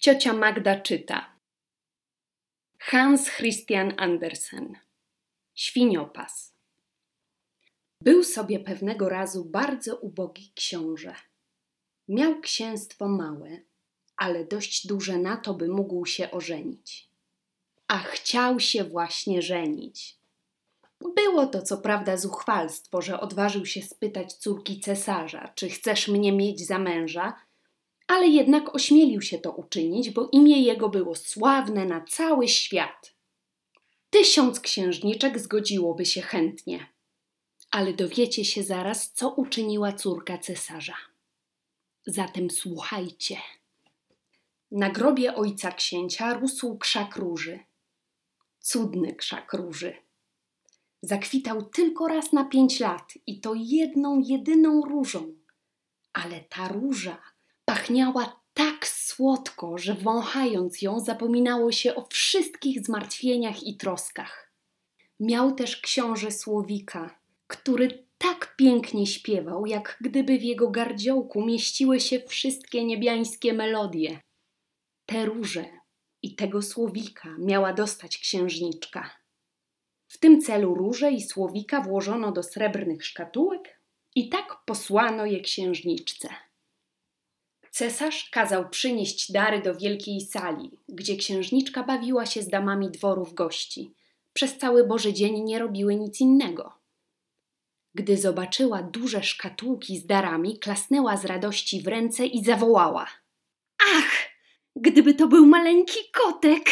Ciocia Magda czyta. Hans Christian Andersen. Świniopas. Był sobie pewnego razu bardzo ubogi książę. Miał księstwo małe, ale dość duże na to, by mógł się ożenić. A chciał się właśnie żenić. Było to co prawda zuchwalstwo, że odważył się spytać córki cesarza, czy chcesz mnie mieć za męża, ale jednak ośmielił się to uczynić, bo imię jego było sławne na cały świat. 1000 księżniczek zgodziłoby się chętnie, ale dowiecie się zaraz, co uczyniła córka cesarza. Zatem słuchajcie. Na grobie ojca księcia rósł krzak róży. Cudny krzak róży. Zakwitał tylko raz na 5 lat i to jedną, jedyną różą. Ale ta róża pachniała tak słodko, że wąchając ją zapominało się o wszystkich zmartwieniach i troskach. Miał też książę Słowika, który tak pięknie śpiewał, jak gdyby w jego gardziołku mieściły się wszystkie niebiańskie melodie. Te róże i tego Słowika miała dostać księżniczka. W tym celu róże i Słowika włożono do srebrnych szkatułek i tak posłano je księżniczce. Cesarz kazał przynieść dary do wielkiej sali, gdzie księżniczka bawiła się z damami dworów gości. Przez cały Boży dzień nie robiły nic innego. Gdy zobaczyła duże szkatułki z darami, klasnęła z radości w ręce i zawołała: Ach, gdyby to był maleńki kotek!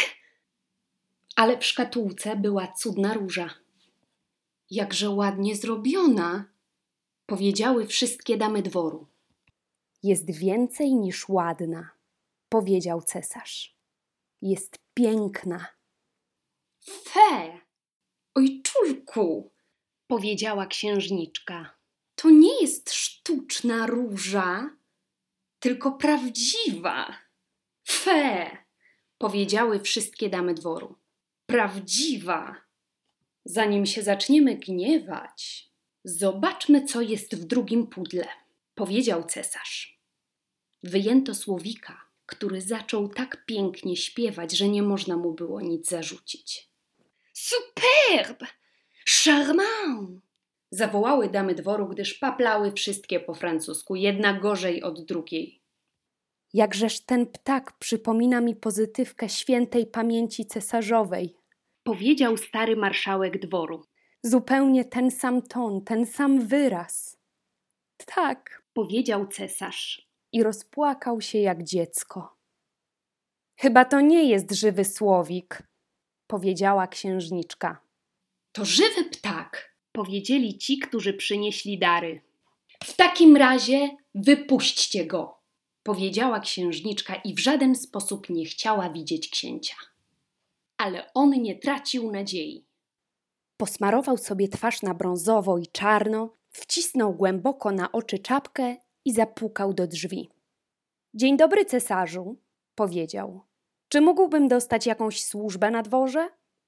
Ale w szkatułce była cudna róża. Jakże ładnie zrobiona, powiedziały wszystkie damy dworu. Jest więcej niż ładna, powiedział cesarz. Jest piękna. Fe, ojczulku, powiedziała księżniczka. To nie jest sztuczna róża, tylko prawdziwa. Fe, powiedziały wszystkie damy dworu. Prawdziwa. Zanim się zaczniemy gniewać, zobaczmy, co jest w drugim pudle, powiedział cesarz. Wyjęto Słowika, który zaczął tak pięknie śpiewać, że nie można mu było nic zarzucić. Superbe! Charmant! Zawołały damy dworu, gdyż paplały wszystkie po francusku, jedna gorzej od drugiej. Jakżeż ten ptak przypomina mi pozytywkę świętej pamięci cesarzowej, powiedział stary marszałek dworu. Zupełnie ten sam ton, ten sam wyraz. Tak, powiedział cesarz i rozpłakał się jak dziecko. Chyba to nie jest żywy Słowik, powiedziała księżniczka. To żywy ptak, powiedzieli ci, którzy przynieśli dary. W takim razie wypuśćcie go, powiedziała księżniczka i w żaden sposób nie chciała widzieć księcia. Ale on nie tracił nadziei. Posmarował sobie twarz na brązowo i czarno, wcisnął głęboko na oczy czapkę i zapukał do drzwi. Dzień dobry, cesarzu, powiedział. Czy mógłbym dostać jakąś służbę na dworze?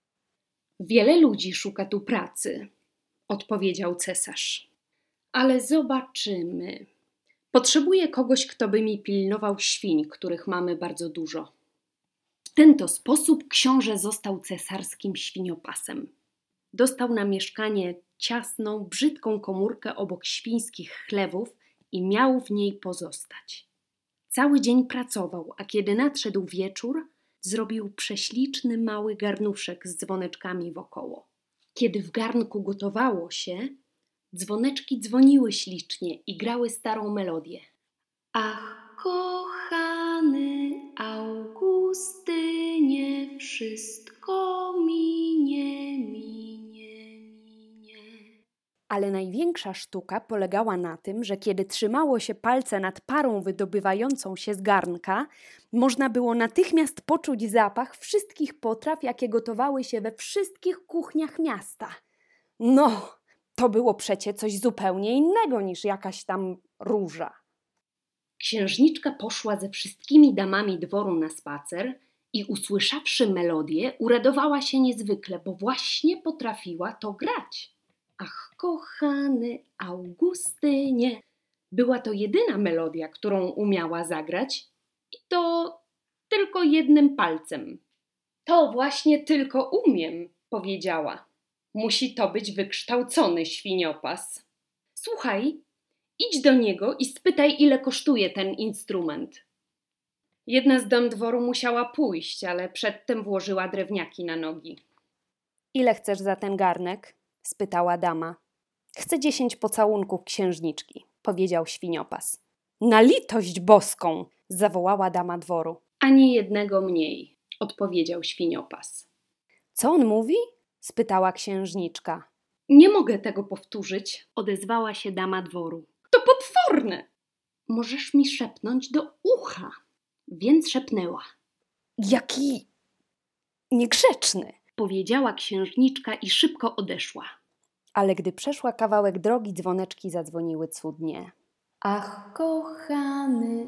Wiele ludzi szuka tu pracy, odpowiedział cesarz. Ale zobaczymy. Potrzebuję kogoś, kto by mi pilnował świń, których mamy bardzo dużo. W ten to sposób książę został cesarskim świniopasem. Dostał na mieszkanie ciasną, brzydką komórkę obok świńskich chlewów i miał w niej pozostać. Cały dzień pracował, a kiedy nadszedł wieczór, zrobił prześliczny mały garnuszek z dzwoneczkami wokoło. Kiedy w garnku gotowało się, dzwoneczki dzwoniły ślicznie i grały starą melodię. Ach, kochany Augustynie, wszystko minie, minie, minie. Ale największa sztuka polegała na tym, że kiedy trzymało się palce nad parą wydobywającą się z garnka, można było natychmiast poczuć zapach wszystkich potraw, jakie gotowały się we wszystkich kuchniach miasta. No, to było przecie coś zupełnie innego niż jakaś tam róża. Księżniczka poszła ze wszystkimi damami dworu na spacer i usłyszawszy melodię, uradowała się niezwykle, bo właśnie potrafiła to grać. Ach, kochany Augustynie! Była to jedyna melodia, którą umiała zagrać i to tylko jednym palcem. To właśnie tylko umiem, powiedziała. Musi to być wykształcony świniopas. Słuchaj, idź do niego i spytaj, ile kosztuje ten instrument. Jedna z dam dworu musiała pójść, ale przedtem włożyła drewniaki na nogi. Ile chcesz za ten garnek? Spytała dama. Chcę 10 pocałunków księżniczki, powiedział świniopas. Na litość boską! Zawołała dama dworu. Ani jednego mniej, odpowiedział świniopas. Co on mówi? Spytała księżniczka. Nie mogę tego powtórzyć, odezwała się dama dworu. To potworne! Możesz mi szepnąć do ucha. Więc szepnęła. Jaki niegrzeczny! Powiedziała księżniczka i szybko odeszła. Ale gdy przeszła kawałek drogi, dzwoneczki zadzwoniły cudnie. Ach, kochany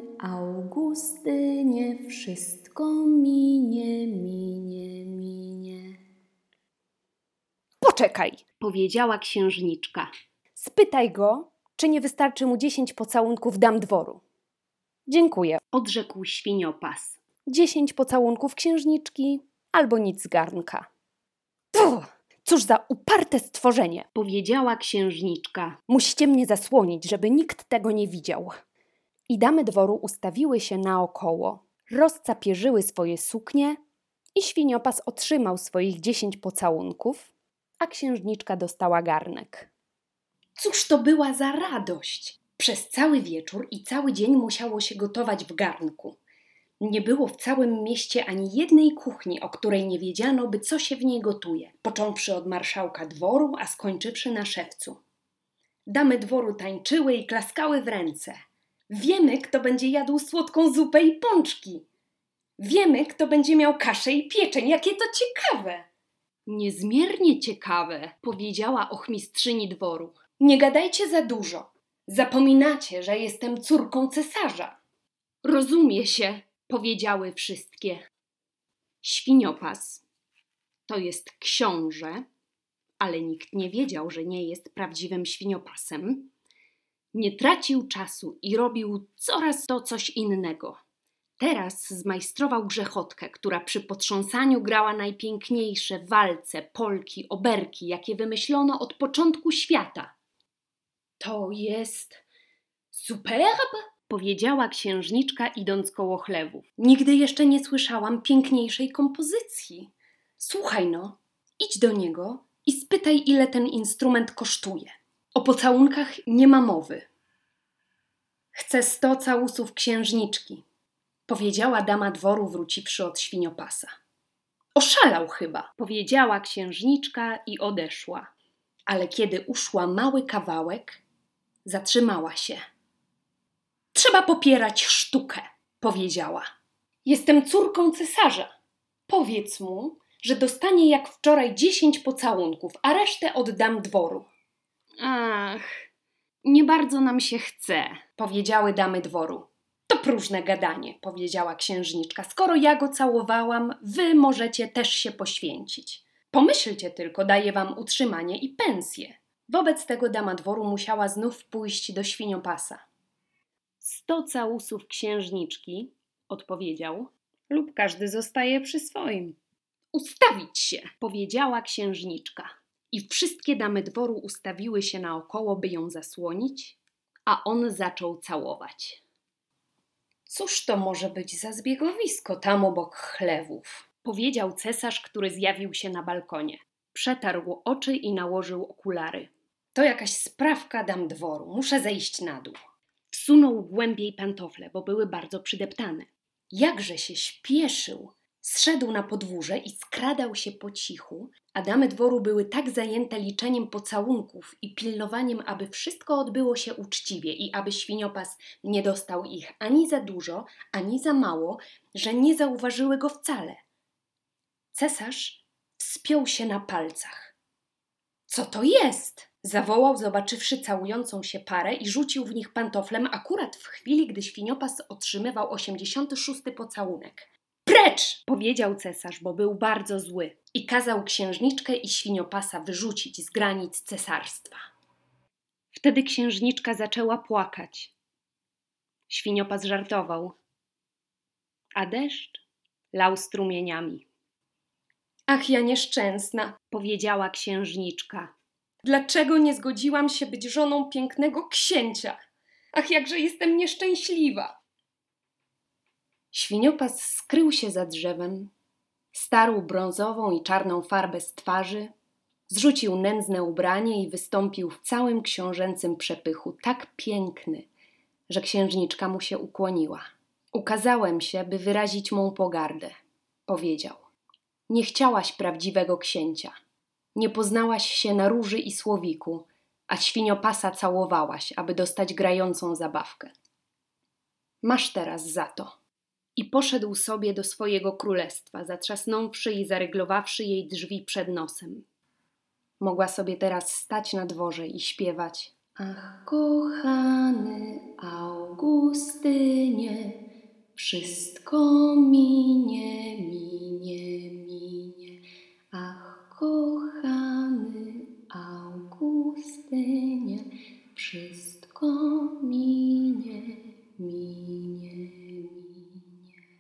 Augustynie, wszystko minie, minie, minie. Poczekaj, Powiedziała księżniczka. spytaj go, czy nie wystarczy mu 10 pocałunków dam dworu. Dziękuję, Odrzekł świniopas. 10 pocałunków księżniczki albo nic z garnka. Puh, cóż za uparte stworzenie! Powiedziała księżniczka. Musicie mnie zasłonić, żeby nikt tego nie widział. I damy dworu ustawiły się naokoło, rozcapierzyły swoje suknie i świniopas otrzymał swoich 10 pocałunków, a księżniczka dostała garnek. Cóż to była za radość! Przez cały wieczór i cały dzień musiało się gotować w garnku. Nie było w całym mieście ani jednej kuchni, o której nie wiedziano, by co się w niej gotuje, począwszy od marszałka dworu, a skończywszy na szewcu. Damy dworu tańczyły i klaskały w ręce. Wiemy, kto będzie jadł słodką zupę i pączki. Wiemy, kto będzie miał kaszę i pieczeń. Jakie to ciekawe! Niezmiernie ciekawe, powiedziała ochmistrzyni dworu. Nie gadajcie za dużo. Zapominacie, że jestem córką cesarza. Rozumie się, powiedziały wszystkie. Świniopas to jest książę, ale nikt nie wiedział, że nie jest prawdziwym świniopasem. Nie tracił czasu i robił coraz to coś innego. Teraz zmajstrował grzechotkę, która przy potrząsaniu grała najpiękniejsze walce, polki, oberki, jakie wymyślono od początku świata. To jest superbe, powiedziała księżniczka, idąc koło chlewów. Nigdy jeszcze nie słyszałam piękniejszej kompozycji. Słuchaj no, idź do niego i spytaj, ile ten instrument kosztuje. O pocałunkach nie ma mowy. Chcę 100 całusów księżniczki, powiedziała dama dworu, wróciwszy od świniopasa. Oszalał chyba, powiedziała księżniczka i odeszła. Ale kiedy uszła mały kawałek, zatrzymała się. Trzeba popierać sztukę, powiedziała. Jestem córką cesarza. Powiedz mu, że dostanie jak wczoraj 10 pocałunków, a resztę oddam dworu. Ach, nie bardzo nam się chce, powiedziały damy dworu. To próżne gadanie, powiedziała księżniczka. Skoro ja go całowałam, wy możecie też się poświęcić. Pomyślcie tylko, daję wam utrzymanie i pensję. Wobec tego dama dworu musiała znów pójść do świniopasa. 100 całusów księżniczki, odpowiedział, lub każdy zostaje przy swoim. Ustawić się, powiedziała księżniczka. I wszystkie damy dworu ustawiły się naokoło, by ją zasłonić, a on zaczął całować. Cóż to może być za zbiegowisko tam obok chlewów? Powiedział cesarz, który zjawił się na balkonie. Przetarł oczy i nałożył okulary. To jakaś sprawka dam dworu, muszę zejść na dół. Wsunął głębiej pantofle, bo były bardzo przydeptane. Jakże się śpieszył! Zszedł na podwórze i skradał się po cichu, a damy dworu były tak zajęte liczeniem pocałunków i pilnowaniem, aby wszystko odbyło się uczciwie i aby świniopas nie dostał ich ani za dużo, ani za mało, że nie zauważyły go wcale. Cesarz wspiął się na palcach. Co to jest? Zawołał, zobaczywszy całującą się parę i rzucił w nich pantoflem akurat w chwili, gdy świniopas otrzymywał 86. pocałunek. Precz! Powiedział cesarz, bo był bardzo zły i kazał księżniczkę i świniopasa wyrzucić z granic cesarstwa. Wtedy księżniczka zaczęła płakać. Świniopas żartował. A deszcz lał strumieniami. Ach, ja nieszczęsna, Powiedziała księżniczka. dlaczego nie zgodziłam się być żoną pięknego księcia? Ach, jakże jestem nieszczęśliwa. Świniopas skrył się za drzewem, starł brązową i czarną farbę z twarzy, zrzucił nędzne ubranie i wystąpił w całym książęcym przepychu, tak piękny, że księżniczka mu się ukłoniła. Ukazałem się, by wyrazić mą pogardę, powiedział. Nie chciałaś prawdziwego księcia. Nie poznałaś się na róży i słowiku, a świniopasa całowałaś, aby dostać grającą zabawkę. Masz teraz za to. I poszedł sobie do swojego królestwa, zatrzasnąwszy i zaryglowawszy jej drzwi przed nosem. Mogła sobie teraz stać na dworze i śpiewać: Ach, kochany Augustynie, wszystko minie, minie, minie. Ach, kochany Augustynie, wszystko